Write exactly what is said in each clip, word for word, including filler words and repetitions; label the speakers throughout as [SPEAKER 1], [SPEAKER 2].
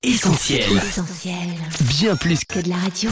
[SPEAKER 1] Essentiel.
[SPEAKER 2] Essentiel.
[SPEAKER 1] Bien plus
[SPEAKER 2] que de la radio.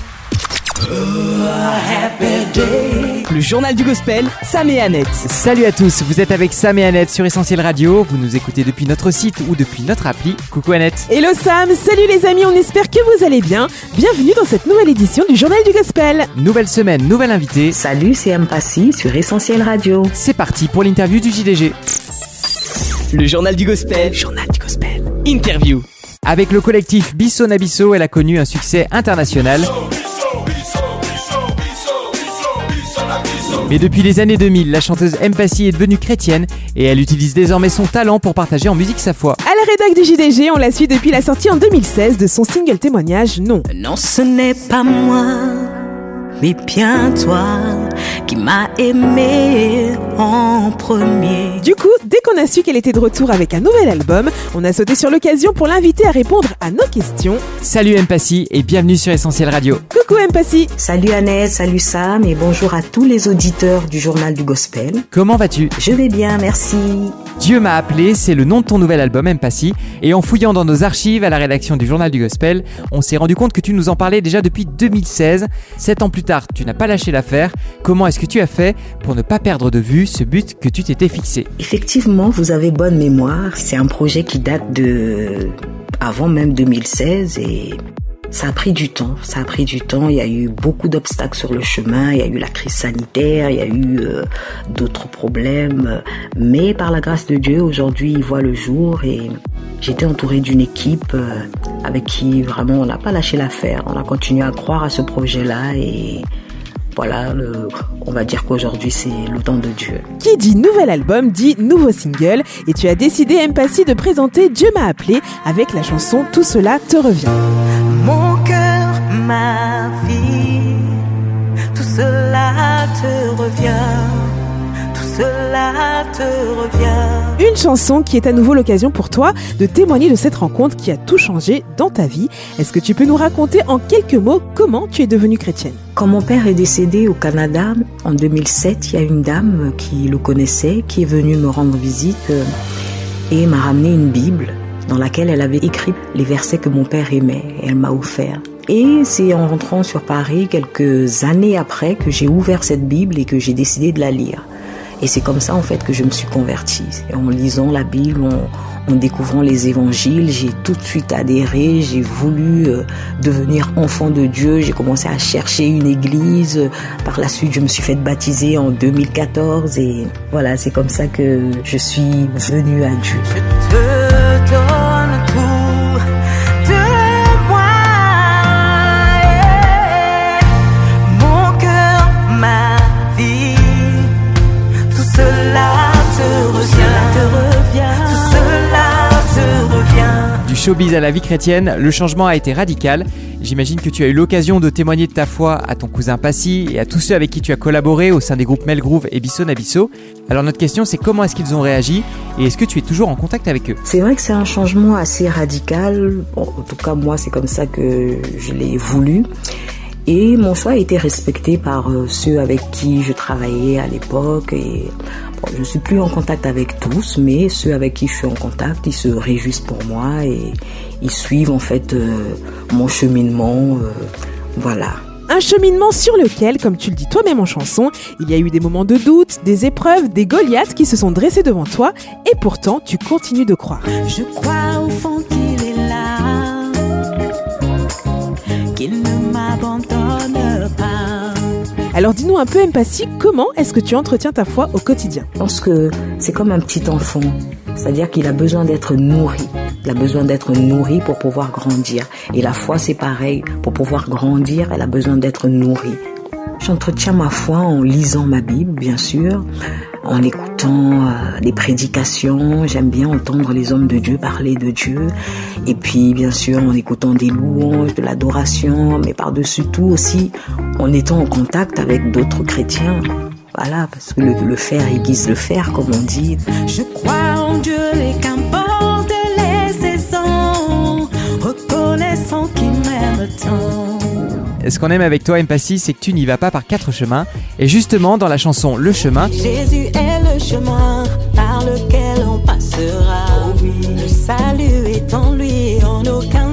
[SPEAKER 3] Le journal du gospel, Sam et Annette.
[SPEAKER 4] Salut à tous, vous êtes avec Sam et Annette sur Essentiel Radio. Vous nous écoutez depuis notre site ou depuis notre appli. Coucou Annette.
[SPEAKER 3] Hello Sam, salut les amis, on espère que vous allez bien. Bienvenue dans cette nouvelle édition du journal du gospel.
[SPEAKER 4] Nouvelle semaine, nouvelle invitée.
[SPEAKER 5] Salut, c'est Mpassi sur Essentiel Radio.
[SPEAKER 4] C'est parti pour l'interview du J D G.
[SPEAKER 3] Le journal du gospel, journal du gospel, interview.
[SPEAKER 4] Avec le collectif Bisso Nabisso, elle a connu un succès international. Mais depuis les années deux mille, la chanteuse Mpassi est devenue chrétienne et elle utilise désormais son talent pour partager en musique sa foi.
[SPEAKER 3] À la rédac du J D G, on la suit depuis la sortie en deux mille seize de son single témoignage Non.
[SPEAKER 6] Non, ce n'est pas moi, mais bien toi qui m'as aimé en premier.
[SPEAKER 3] Du coup, dès qu'on a su qu'elle était de retour avec un nouvel album, on a sauté sur l'occasion pour l'inviter à répondre à nos questions.
[SPEAKER 4] Salut Mpassi et bienvenue sur Essentiel Radio.
[SPEAKER 3] Coucou Mpassi.
[SPEAKER 5] Salut Annette, salut Sam et bonjour à tous les auditeurs du journal du gospel.
[SPEAKER 4] Comment vas-tu ?
[SPEAKER 5] Je vais bien, merci.
[SPEAKER 4] Dieu m'a appelé, c'est le nom de ton nouvel album Mpassi. Et en fouillant dans nos archives à la rédaction du journal du gospel, on s'est rendu compte que tu nous en parlais déjà depuis deux mille seize. Sept ans plus tard, tu n'as pas lâché l'affaire. Comment est-ce que tu as fait pour ne pas perdre de vue ce but que tu t'étais fixé ?
[SPEAKER 5] Effectivement, vous avez bonne mémoire. C'est un projet qui date de avant même deux mille seize et ça a pris du temps. Ça a pris du temps. Il y a eu beaucoup d'obstacles sur le chemin. Il y a eu la crise sanitaire. Il y a eu euh, d'autres problèmes. Mais par la grâce de Dieu, aujourd'hui, il voit le jour et j'étais entourée d'une équipe euh, avec qui vraiment on n'a pas lâché l'affaire. On a continué à croire à ce projet-là et voilà, le, on va dire qu'aujourd'hui c'est le temps de Dieu.
[SPEAKER 3] Qui dit nouvel album dit nouveau single et tu as décidé Mpassi de présenter Dieu m'a appelé avec la chanson Tout cela te revient.
[SPEAKER 6] Mon cœur, ma vie, tout cela te revient, tout cela te revient.
[SPEAKER 3] Une chanson qui est à nouveau l'occasion pour toi de témoigner de cette rencontre qui a tout changé dans ta vie. Est-ce que tu peux nous raconter en quelques mots comment tu es devenue chrétienne ?
[SPEAKER 5] Quand mon père est décédé au Canada en deux mille sept, il y a une dame qui le connaissait, qui est venue me rendre visite et m'a ramené une Bible dans laquelle elle avait écrit les versets que mon père aimait et elle m'a offert. Et c'est en rentrant sur Paris, quelques années après, que j'ai ouvert cette Bible et que j'ai décidé de la lire. Et c'est comme ça en fait que je me suis convertie. Et en lisant la Bible, en, en découvrant les évangiles, j'ai tout de suite adhéré, j'ai voulu euh, devenir enfant de Dieu, j'ai commencé à chercher une église. Par la suite, je me suis fait baptiser en deux mille quatorze et voilà, c'est comme ça que je suis venue à Dieu.
[SPEAKER 6] Je te donne tout de moi, mon cœur, ma vie. Cela te revient, te revient, tout cela te revient.
[SPEAKER 4] Du showbiz à la vie chrétienne, le changement a été radical. J'imagine que tu as eu l'occasion de témoigner de ta foi à ton cousin Passy et à tous ceux avec qui tu as collaboré au sein des groupes Melgroove et Bisso Nabisso. Alors notre question c'est comment est-ce qu'ils ont réagi et est-ce que tu es toujours en contact avec eux ?
[SPEAKER 5] C'est vrai que c'est un changement assez radical. Bon, en tout cas moi c'est comme ça que je l'ai voulu. Et mon choix a été respecté par ceux avec qui je travaillais à l'époque. Et bon, je ne suis plus en contact avec tous, mais ceux avec qui je suis en contact, ils se réjouissent pour moi et ils suivent en fait euh, mon cheminement. Euh, voilà.
[SPEAKER 3] Un cheminement sur lequel, comme tu le dis toi-même en chanson, il y a eu des moments de doute, des épreuves, des Goliaths qui se sont dressés devant toi et pourtant tu continues de croire.
[SPEAKER 6] Je crois au fond qu'il est là, qu'il ne m'abandonne pas.
[SPEAKER 5] Alors dis-nous un peu, Mpassi, comment est-ce que tu entretiens ta foi au quotidien ?
[SPEAKER 7] Je pense que c'est comme un petit enfant, c'est-à-dire qu'il a besoin d'être nourri. Il a besoin d'être nourri pour pouvoir grandir. Et la foi, c'est pareil. Pour pouvoir grandir, elle a besoin d'être nourrie. J'entretiens ma foi en lisant ma Bible, bien sûr, en écoutant euh, des prédications. J'aime bien entendre les hommes de Dieu parler de Dieu. Et puis, bien sûr, en écoutant des louanges, de l'adoration, mais par-dessus tout aussi, en étant en contact avec d'autres chrétiens. Voilà, parce que le, le faire aiguise le faire, comme on dit.
[SPEAKER 6] Je crois en Dieu et qu'importe les saisons, reconnaissant qu'il m'aime tant.
[SPEAKER 4] Ce qu'on aime avec toi, Mpassi, c'est que tu n'y vas pas par quatre chemins. Et justement, dans la chanson Le Chemin,
[SPEAKER 6] Jésus est le chemin par lequel on passera. Oh oui. Le salut est en lui, en aucun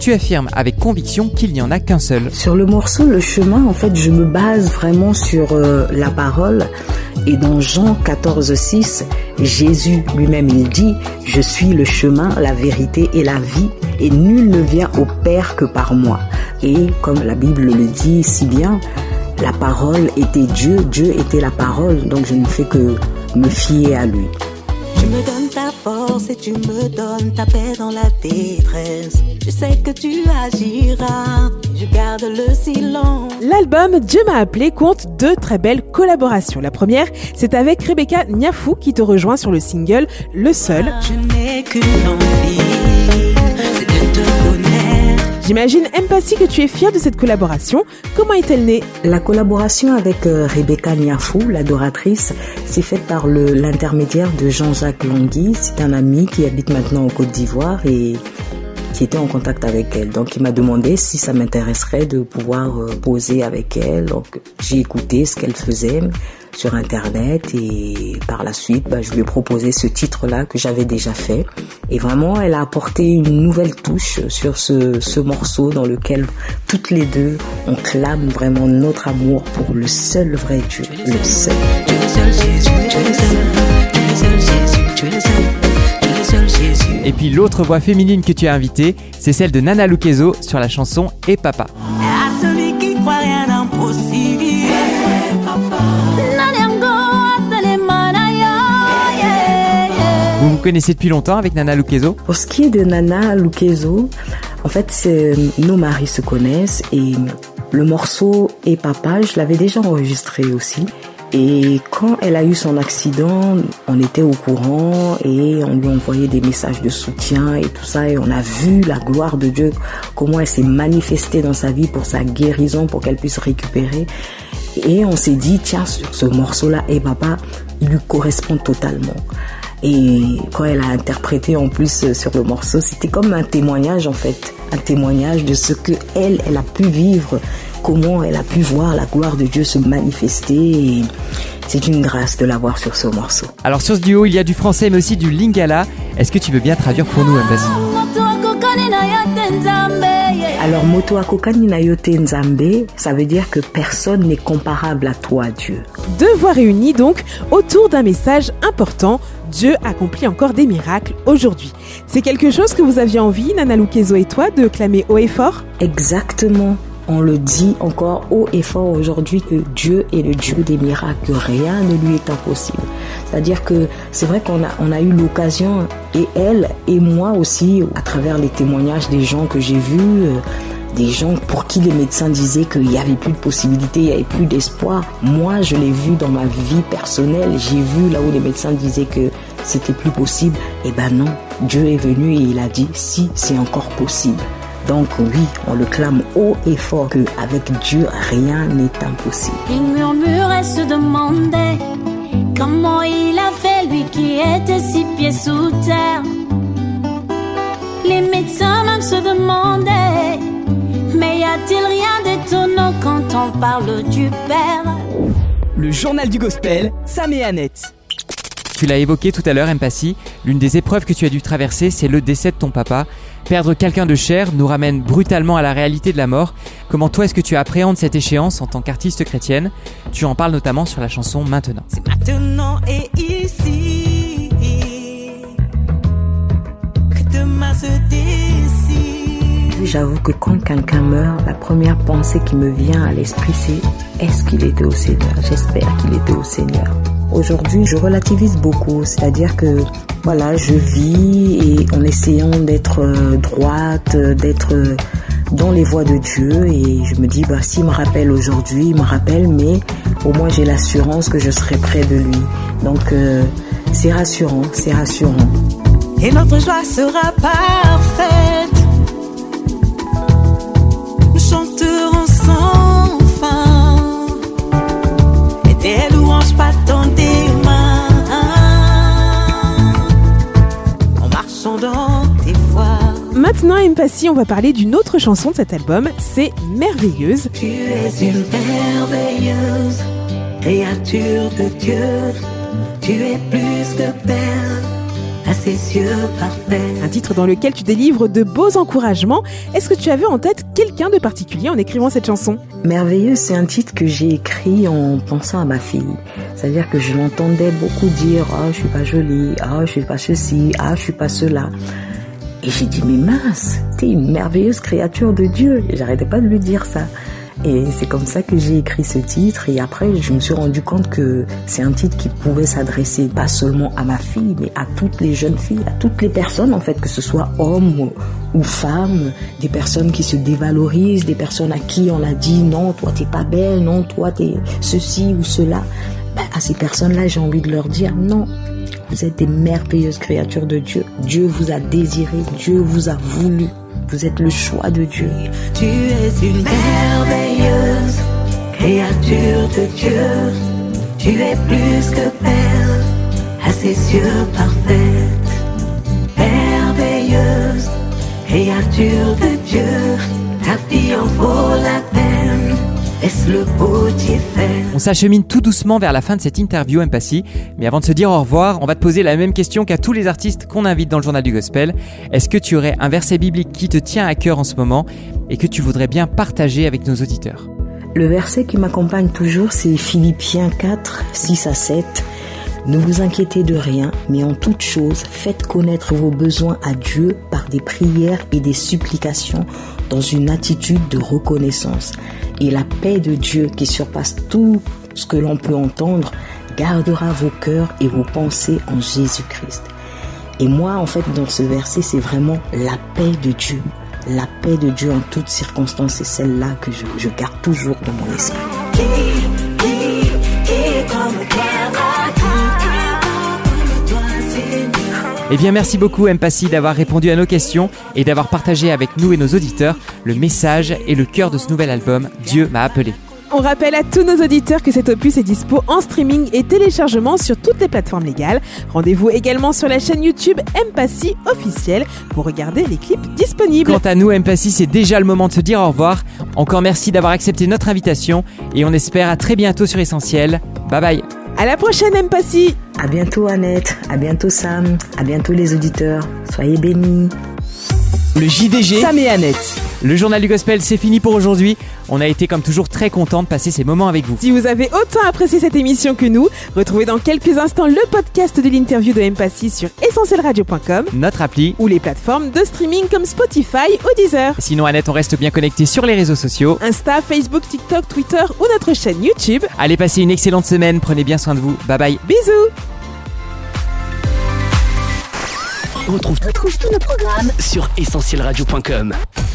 [SPEAKER 4] tu affirmes avec conviction qu'il n'y en a qu'un seul.
[SPEAKER 5] Sur le morceau Le Chemin, en fait, je me base vraiment sur euh, la parole. Et dans Jean quatorze six, Jésus lui-même, il dit « Je suis le chemin, la vérité et la vie, et nul ne vient au Père que par moi. » Et comme la Bible le dit si bien, la parole était Dieu, Dieu était la parole, donc je ne fais que me fier à lui.
[SPEAKER 6] Tu me donnes ta force et tu me donnes ta paix dans la détresse. Je sais que tu agiras, je garde le silence.
[SPEAKER 3] L'album Dieu m'a appelé compte deux très belles collaborations. La première, c'est avec Rebecca Niafou qui te rejoint sur le single Le Seul.
[SPEAKER 6] Je n'ai qu'une envie, c'est de te connaître.
[SPEAKER 3] J'imagine, Mpassi, que tu es fière de cette collaboration. Comment est-elle née ?
[SPEAKER 5] La collaboration avec euh, Rebecca Niafou, l'adoratrice, s'est faite par le, l'intermédiaire de Jean-Jacques Langui. C'est un ami qui habite maintenant en Côte d'Ivoire et qui était en contact avec elle. Donc il m'a demandé si ça m'intéresserait de pouvoir euh, poser avec elle. Donc j'ai écouté ce qu'elle faisait sur internet et par la suite bah, je lui ai proposé ce titre-là que j'avais déjà fait. Et vraiment elle a apporté une nouvelle touche sur ce, ce morceau dans lequel toutes les deux on clame vraiment notre amour pour le seul vrai Dieu, le seul.
[SPEAKER 6] Tu es le seul Jésus, tu es le seul, tu es le seul Jésus, tu es le seul, tu es le seul Jésus.
[SPEAKER 4] Et puis l'autre voix féminine que tu as invitée, c'est celle de Nana Lukeso sur la chanson Et Papa.
[SPEAKER 6] À celui qui croit rien d'impossible.
[SPEAKER 4] Vous vous connaissez depuis longtemps avec Nana Lukeso ?
[SPEAKER 5] Pour ce qui est de Nana Lukeso, en fait, c'est, nos maris se connaissent et le morceau Et Papa, je l'avais déjà enregistré aussi. Et quand elle a eu son accident, on était au courant et on lui envoyait des messages de soutien et tout ça. Et on a vu la gloire de Dieu, comment elle s'est manifestée dans sa vie pour sa guérison, pour qu'elle puisse récupérer. Et on s'est dit, tiens, sur ce morceau-là, Et Papa, il lui correspond totalement. Et quand elle a interprété en plus sur le morceau, c'était comme un témoignage en fait, un témoignage de ce que elle, elle a pu vivre, comment elle a pu voir la gloire de Dieu se manifester. Et c'est une grâce de l'avoir sur ce morceau.
[SPEAKER 4] Alors sur ce duo, il y a du français mais aussi du lingala. Est-ce que tu veux bien traduire pour nous, Mpassi ?
[SPEAKER 5] Alors, Moto Akokani na yote nzambe, ça veut dire que personne n'est comparable à toi, Dieu.
[SPEAKER 3] Deux voix réunies donc autour d'un message important. Dieu accomplit encore des miracles aujourd'hui. C'est quelque chose que vous aviez envie, Nana Lukeso et toi, de clamer haut et fort ?
[SPEAKER 5] Exactement. On le dit encore haut et fort aujourd'hui que Dieu est le Dieu des miracles, que rien ne lui est impossible. C'est-à-dire que c'est vrai qu'on a, on a eu l'occasion, et elle et moi aussi, à travers les témoignages des gens que j'ai vus, euh, des gens pour qui les médecins disaient qu'il n'y avait plus de possibilité, il n'y avait plus d'espoir. Moi, je l'ai vu dans ma vie personnelle. J'ai vu là où les médecins disaient que c'était plus possible. Eh ben non, Dieu est venu et il a dit si, c'est encore possible. Donc oui, on le clame haut et fort qu'avec Dieu, rien n'est impossible.
[SPEAKER 1] Il murmurait, se demandait comment il a fait, lui qui était six pieds sous terre. Les médecins même se demandaient, mais y a-t-il rien d'étonnant quand on parle du Père?
[SPEAKER 2] Le journal du gospel, Sam et Annette.
[SPEAKER 4] Tu l'as évoqué tout à l'heure, Mpassi, l'une des épreuves que tu as dû traverser, c'est le décès de ton papa. Perdre quelqu'un de cher nous ramène brutalement à la réalité de la mort. Comment toi est-ce que tu appréhendes cette échéance en tant qu'artiste chrétienne? Tu en parles notamment sur la chanson Maintenant.
[SPEAKER 6] C'est maintenant et ici que demain se décide.
[SPEAKER 5] J'avoue que quand quelqu'un meurt, la première pensée qui me vient à l'esprit, c'est est-ce qu'il était au Seigneur? J'espère qu'il était au Seigneur. Aujourd'hui, je relativise beaucoup, c'est-à-dire que voilà, je vis et en essayant d'être droite, d'être dans les voies de Dieu, et je me dis bah s'il me rappelle aujourd'hui, il me rappelle, mais au moins j'ai l'assurance que je serai près de lui. Donc euh, c'est rassurant, c'est rassurant.
[SPEAKER 6] Et notre joie sera parfaite. Nous chanterons sans fin et des louanges battant des mains en marchant dans tes voies.
[SPEAKER 3] Maintenant, Mpassi, on va parler d'une autre chanson de cet album, c'est Merveilleuse.
[SPEAKER 6] Tu es une merveilleuse créature de Dieu. Tu es plus que belle à ses yeux parfaits.
[SPEAKER 3] Un titre dans lequel tu délivres de beaux encouragements. Est-ce que tu avais en tête quelqu'un de particulier en écrivant cette chanson ?
[SPEAKER 5] Merveilleuse, c'est un titre que j'ai écrit en pensant à ma fille. C'est-à-dire que je l'entendais beaucoup dire « Ah, je suis pas jolie, ah, je suis pas ceci, ah, je suis pas cela ». Et j'ai dit « Mais mince, t'es une merveilleuse créature de Dieu ». Et j'arrêtais pas de lui dire ça. Et c'est comme ça que j'ai écrit ce titre. Et après, je me suis rendu compte que c'est un titre qui pouvait s'adresser pas seulement à ma fille, mais à toutes les jeunes filles, à toutes les personnes en fait, que ce soit hommes ou femmes, des personnes qui se dévalorisent, des personnes à qui on a dit non, toi t'es pas belle, non, toi t'es ceci ou cela. Ben, à ces personnes-là, j'ai envie de leur dire non. Vous êtes des merveilleuses créatures de Dieu. Dieu vous a désiré, Dieu vous a voulu. Vous êtes le choix de Dieu.
[SPEAKER 6] Tu es une merveilleuse créature de Dieu. Tu es plus que belle à ses yeux parfaite. Merveilleuse créature de Dieu. Ta vie en vaut la peine. Est-ce le beau Dieu fait?
[SPEAKER 4] On s'achemine tout doucement vers la fin de cette interview, Mpassi. Mais avant de se dire au revoir, on va te poser la même question qu'à tous les artistes qu'on invite dans le Journal du Gospel. Est-ce que tu aurais un verset biblique qui te tient à cœur en ce moment et que tu voudrais bien partager avec nos auditeurs?
[SPEAKER 5] Le verset qui m'accompagne toujours, c'est Philippiens quatre, six à sept. Ne vous inquiétez de rien, mais en toute chose, faites connaître vos besoins à Dieu par des prières et des supplications dans une attitude de reconnaissance. Et la paix de Dieu qui surpasse tout ce que l'on peut entendre gardera vos cœurs et vos pensées en Jésus-Christ. Et moi, en fait, dans ce verset, c'est vraiment la paix de Dieu. La paix de Dieu en toutes circonstances, c'est celle-là que je, je garde toujours dans mon esprit.
[SPEAKER 4] Eh bien, merci beaucoup Mpassi d'avoir répondu à nos questions et d'avoir partagé avec nous et nos auditeurs le message et le cœur de ce nouvel album « Dieu m'a appelé ».
[SPEAKER 3] On rappelle à tous nos auditeurs que cet opus est dispo en streaming et téléchargement sur toutes les plateformes légales. Rendez-vous également sur la chaîne YouTube Mpassi officielle pour regarder les clips disponibles.
[SPEAKER 4] Quant à nous, Mpassi, c'est déjà le moment de se dire au revoir. Encore merci d'avoir accepté notre invitation et on espère à très bientôt sur Essentiel. Bye bye.
[SPEAKER 3] À la prochaine Mpassi.
[SPEAKER 5] À bientôt Annette, à bientôt Sam, à bientôt les auditeurs. Soyez bénis.
[SPEAKER 2] Le J D G, Sam et Annette.
[SPEAKER 4] Le Journal du Gospel, c'est fini pour aujourd'hui. On a été comme toujours très contents de passer ces moments avec vous.
[SPEAKER 3] Si vous avez autant apprécié cette émission que nous, retrouvez dans quelques instants le podcast de l'interview de Mpassi sur essentiel radio point com,
[SPEAKER 4] notre appli
[SPEAKER 3] ou les plateformes de streaming comme Spotify ou Deezer.
[SPEAKER 4] Sinon Annette, on reste bien connecté sur les réseaux sociaux.
[SPEAKER 3] Insta, Facebook, TikTok, Twitter ou notre chaîne YouTube.
[SPEAKER 4] Allez, passez une excellente semaine, prenez bien soin de vous. Bye bye.
[SPEAKER 3] Bisous.
[SPEAKER 2] On retrouve, retrouve tous nos programmes sur essentiel radio point com.